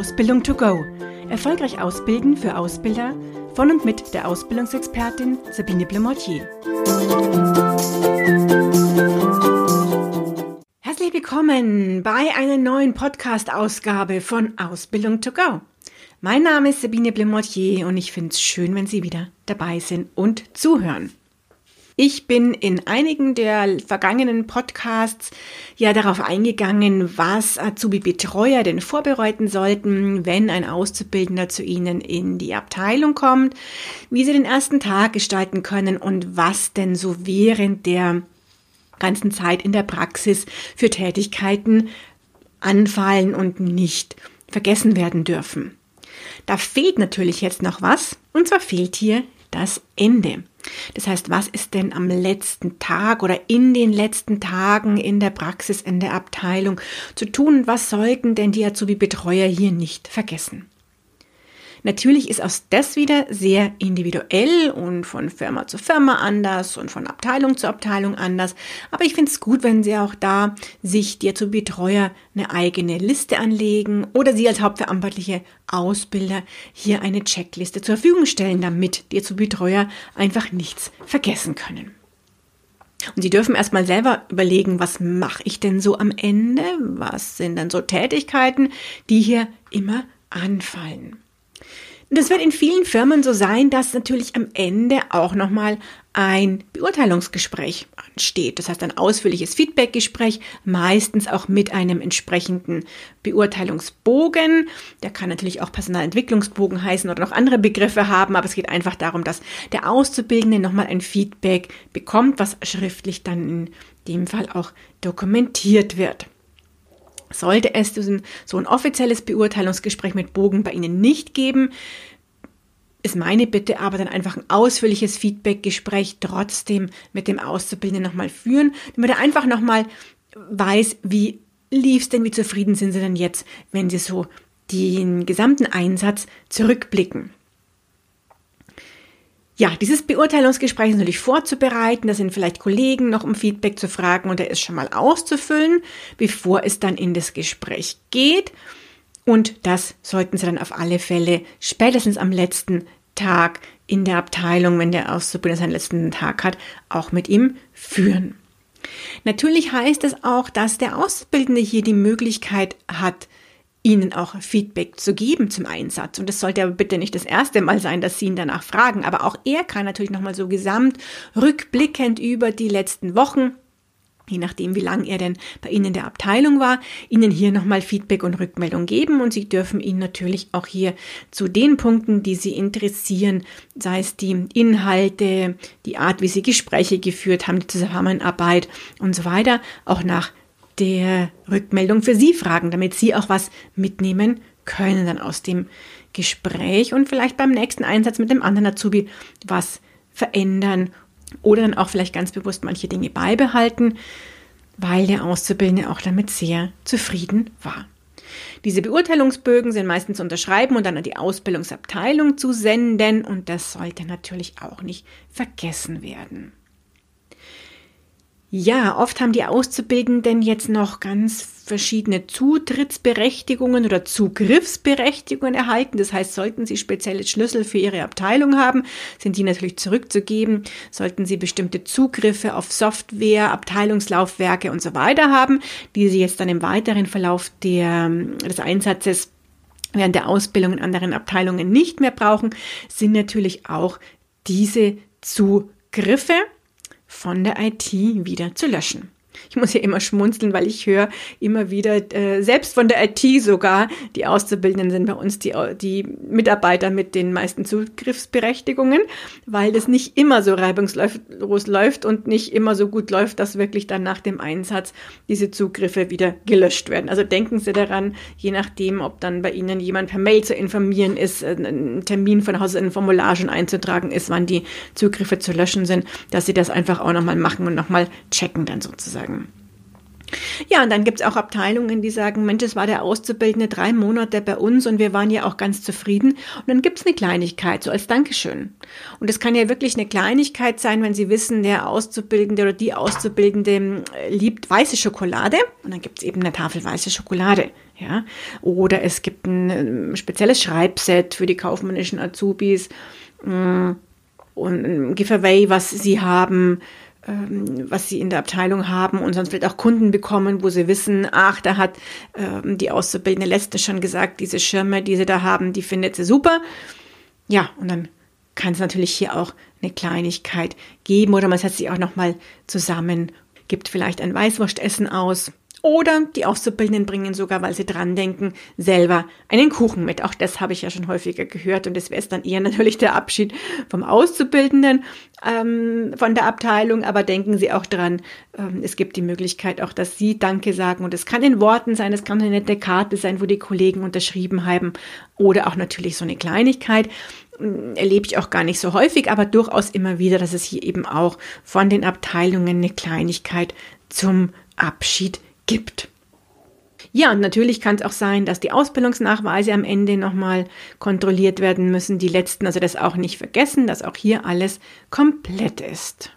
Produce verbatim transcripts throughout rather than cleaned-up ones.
Ausbildung to go. Erfolgreich ausbilden für Ausbilder von und mit der Ausbildungsexpertin Sabine Blemortier. Herzlich willkommen bei einer neuen Podcast-Ausgabe von Ausbildung to go. Mein Name ist Sabine Blemortier und ich finde es schön, wenn Sie wieder dabei sind und zuhören. Ich bin in einigen der vergangenen Podcasts ja darauf eingegangen, was Azubi-Betreuer denn vorbereiten sollten, wenn ein Auszubildender zu Ihnen in die Abteilung kommt, wie Sie den ersten Tag gestalten können und was denn so während der ganzen Zeit in der Praxis für Tätigkeiten anfallen und nicht vergessen werden dürfen. Da fehlt natürlich jetzt noch was, und zwar fehlt hier das Ende. Das heißt, was ist denn am letzten Tag oder in den letzten Tagen in der Praxis, in der Abteilung zu tun? Was sollten denn die Azubi-Betreuer hier nicht vergessen? Natürlich ist auch das wieder sehr individuell und von Firma zu Firma anders und von Abteilung zu Abteilung anders. Aber ich finde es gut, wenn Sie auch da sich die Azubi-Betreuer eine eigene Liste anlegen oder Sie als hauptverantwortliche Ausbilder hier eine Checkliste zur Verfügung stellen, damit die Azubi-Betreuer einfach nichts vergessen können. Und Sie dürfen erstmal selber überlegen, was mache ich denn so am Ende? Was sind dann so Tätigkeiten, die hier immer anfallen? Und es wird in vielen Firmen so sein, dass natürlich am Ende auch nochmal ein Beurteilungsgespräch ansteht. Das heißt ein ausführliches Feedbackgespräch, meistens auch mit einem entsprechenden Beurteilungsbogen. Der kann natürlich auch Personalentwicklungsbogen heißen oder noch andere Begriffe haben, aber es geht einfach darum, dass der Auszubildende nochmal ein Feedback bekommt, was schriftlich dann in dem Fall auch dokumentiert wird. Sollte es so ein offizielles Beurteilungsgespräch mit Bogen bei Ihnen nicht geben, ist meine Bitte aber dann einfach ein ausführliches Feedbackgespräch trotzdem mit dem Auszubildenden nochmal führen, damit er einfach nochmal weiß, wie lief es denn, wie zufrieden sind Sie denn jetzt, wenn Sie so den gesamten Einsatz zurückblicken. Ja, dieses Beurteilungsgespräch ist natürlich vorzubereiten, da sind vielleicht Kollegen noch um Feedback zu fragen und er ist schon mal auszufüllen, bevor es dann in das Gespräch geht. Und das sollten Sie dann auf alle Fälle spätestens am letzten Tag in der Abteilung, wenn der Auszubildende seinen letzten Tag hat, auch mit ihm führen. Natürlich heißt es auch, dass der Auszubildende hier die Möglichkeit hat, Ihnen auch Feedback zu geben zum Einsatz. Und das sollte aber bitte nicht das erste Mal sein, dass Sie ihn danach fragen. Aber auch er kann natürlich nochmal so gesamt rückblickend über die letzten Wochen, je nachdem, wie lange er denn bei Ihnen in der Abteilung war, Ihnen hier nochmal Feedback und Rückmeldung geben. Und Sie dürfen ihn natürlich auch hier zu den Punkten, die Sie interessieren, sei es die Inhalte, die Art, wie Sie Gespräche geführt haben, die Zusammenarbeit und so weiter, auch nach der Rückmeldung für Sie fragen, damit Sie auch was mitnehmen können dann aus dem Gespräch und vielleicht beim nächsten Einsatz mit dem anderen Azubi was verändern oder dann auch vielleicht ganz bewusst manche Dinge beibehalten, weil der Auszubildende auch damit sehr zufrieden war. Diese Beurteilungsbögen sind meistens zu unterschreiben und dann an die Ausbildungsabteilung zu senden und das sollte natürlich auch nicht vergessen werden. Ja, oft haben die Auszubildenden jetzt noch ganz verschiedene Zutrittsberechtigungen oder Zugriffsberechtigungen erhalten. Das heißt, sollten Sie spezielle Schlüssel für Ihre Abteilung haben, sind die natürlich zurückzugeben. Sollten Sie bestimmte Zugriffe auf Software, Abteilungslaufwerke und so weiter haben, die Sie jetzt dann im weiteren Verlauf der, des Einsatzes während der Ausbildung in anderen Abteilungen nicht mehr brauchen, sind natürlich auch diese Zugriffe von der I T wieder zu löschen. Ich muss ja immer schmunzeln, weil ich höre immer wieder, äh, selbst von der I T sogar, die Auszubildenden sind bei uns die, die Mitarbeiter mit den meisten Zugriffsberechtigungen, weil das nicht immer so reibungslos läuft und nicht immer so gut läuft, dass wirklich dann nach dem Einsatz diese Zugriffe wieder gelöscht werden. Also denken Sie daran, je nachdem, ob dann bei Ihnen jemand per Mail zu informieren ist, ein Termin von Haus in ein Formular schon einzutragen ist, wann die Zugriffe zu löschen sind, dass Sie das einfach auch nochmal machen und nochmal checken dann sozusagen. Ja, und dann gibt's auch Abteilungen, die sagen, Mensch, es war der Auszubildende drei Monate bei uns und wir waren ja auch ganz zufrieden. Und dann gibt's eine Kleinigkeit, so als Dankeschön. Und es kann ja wirklich eine Kleinigkeit sein, wenn Sie wissen, der Auszubildende oder die Auszubildende liebt weiße Schokolade. Und dann gibt's eben eine Tafel weiße Schokolade. Ja? Oder es gibt ein spezielles Schreibset für die kaufmännischen Azubis und ein Giveaway, was sie haben, was sie in der Abteilung haben und sonst vielleicht auch Kunden bekommen, wo sie wissen, ach, da hat ähm, die Auszubildende letztens schon gesagt, diese Schirme, die sie da haben, die findet sie super. Ja, und dann kann es natürlich hier auch eine Kleinigkeit geben oder man setzt sich auch nochmal zusammen, gibt vielleicht ein Weißwurstessen aus. Oder die Auszubildenden bringen sogar, weil sie dran denken, selber einen Kuchen mit. Auch das habe ich ja schon häufiger gehört und das wäre es dann eher natürlich der Abschied vom Auszubildenden ähm, von der Abteilung. Aber denken Sie auch dran, ähm, es gibt die Möglichkeit auch, dass Sie Danke sagen und es kann in Worten sein, es kann eine nette Karte sein, wo die Kollegen unterschrieben haben oder auch natürlich so eine Kleinigkeit. Erlebe ich auch gar nicht so häufig, aber durchaus immer wieder, dass es hier eben auch von den Abteilungen eine Kleinigkeit zum Abschied gibt. Ja, und natürlich kann es auch sein, dass die Ausbildungsnachweise am Ende nochmal kontrolliert werden müssen. Die letzten, also das auch nicht vergessen, dass auch hier alles komplett ist.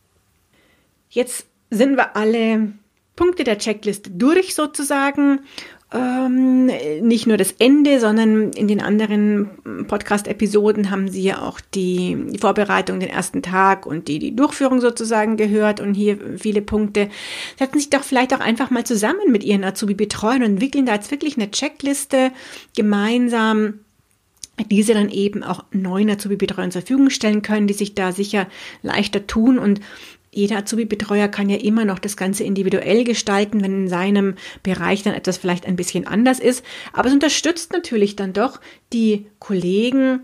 Jetzt sind wir alle Punkte der Checkliste durch sozusagen. Ähm, nicht nur das Ende, sondern in den anderen Podcast-Episoden haben Sie ja auch die, die Vorbereitung, den ersten Tag und die, die Durchführung sozusagen gehört und hier viele Punkte. Setzen Sie sich doch vielleicht auch einfach mal zusammen mit Ihren Azubi-Betreuern und entwickeln da jetzt wirklich eine Checkliste gemeinsam, diese dann eben auch neuen Azubi-Betreuern zur Verfügung stellen können, die sich da sicher leichter tun und jeder Azubi-Betreuer kann ja immer noch das Ganze individuell gestalten, wenn in seinem Bereich dann etwas vielleicht ein bisschen anders ist. Aber es unterstützt natürlich dann doch die Kollegen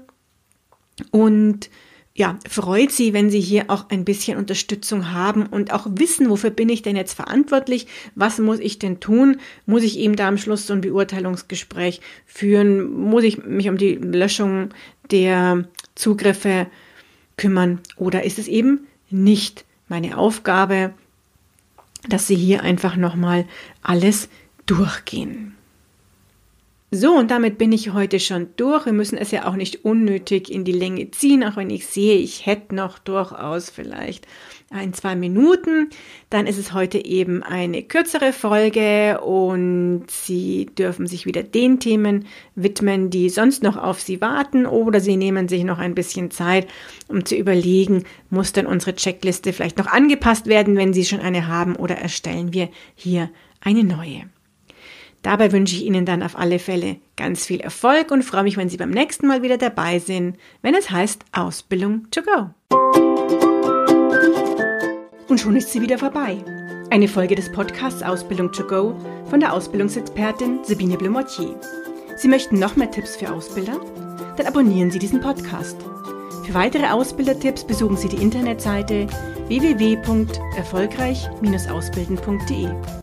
und ja, freut sie, wenn sie hier auch ein bisschen Unterstützung haben und auch wissen, wofür bin ich denn jetzt verantwortlich? Was muss ich denn tun? Muss ich eben da am Schluss so ein Beurteilungsgespräch führen? Muss ich mich um die Löschung der Zugriffe kümmern? Oder ist es eben nicht meine Aufgabe, dass Sie hier einfach nochmal alles durchgehen. So, und damit bin ich heute schon durch. Wir müssen es ja auch nicht unnötig in die Länge ziehen, auch wenn ich sehe, ich hätte noch durchaus vielleicht ein, zwei Minuten. Dann ist es heute eben eine kürzere Folge und Sie dürfen sich wieder den Themen widmen, die sonst noch auf Sie warten, oder Sie nehmen sich noch ein bisschen Zeit, um zu überlegen, muss denn unsere Checkliste vielleicht noch angepasst werden, wenn Sie schon eine haben, oder erstellen wir hier eine neue. Dabei wünsche ich Ihnen dann auf alle Fälle ganz viel Erfolg und freue mich, wenn Sie beim nächsten Mal wieder dabei sind, wenn es heißt Ausbildung to go. Und schon ist sie wieder vorbei. Eine Folge des Podcasts Ausbildung to go von der Ausbildungsexpertin Sabine Bleu-Mortier. Sie möchten noch mehr Tipps für Ausbilder? Dann abonnieren Sie diesen Podcast. Für weitere Ausbildertipps besuchen Sie die Internetseite w w w punkt erfolgreich Bindestrich ausbilden punkt d e.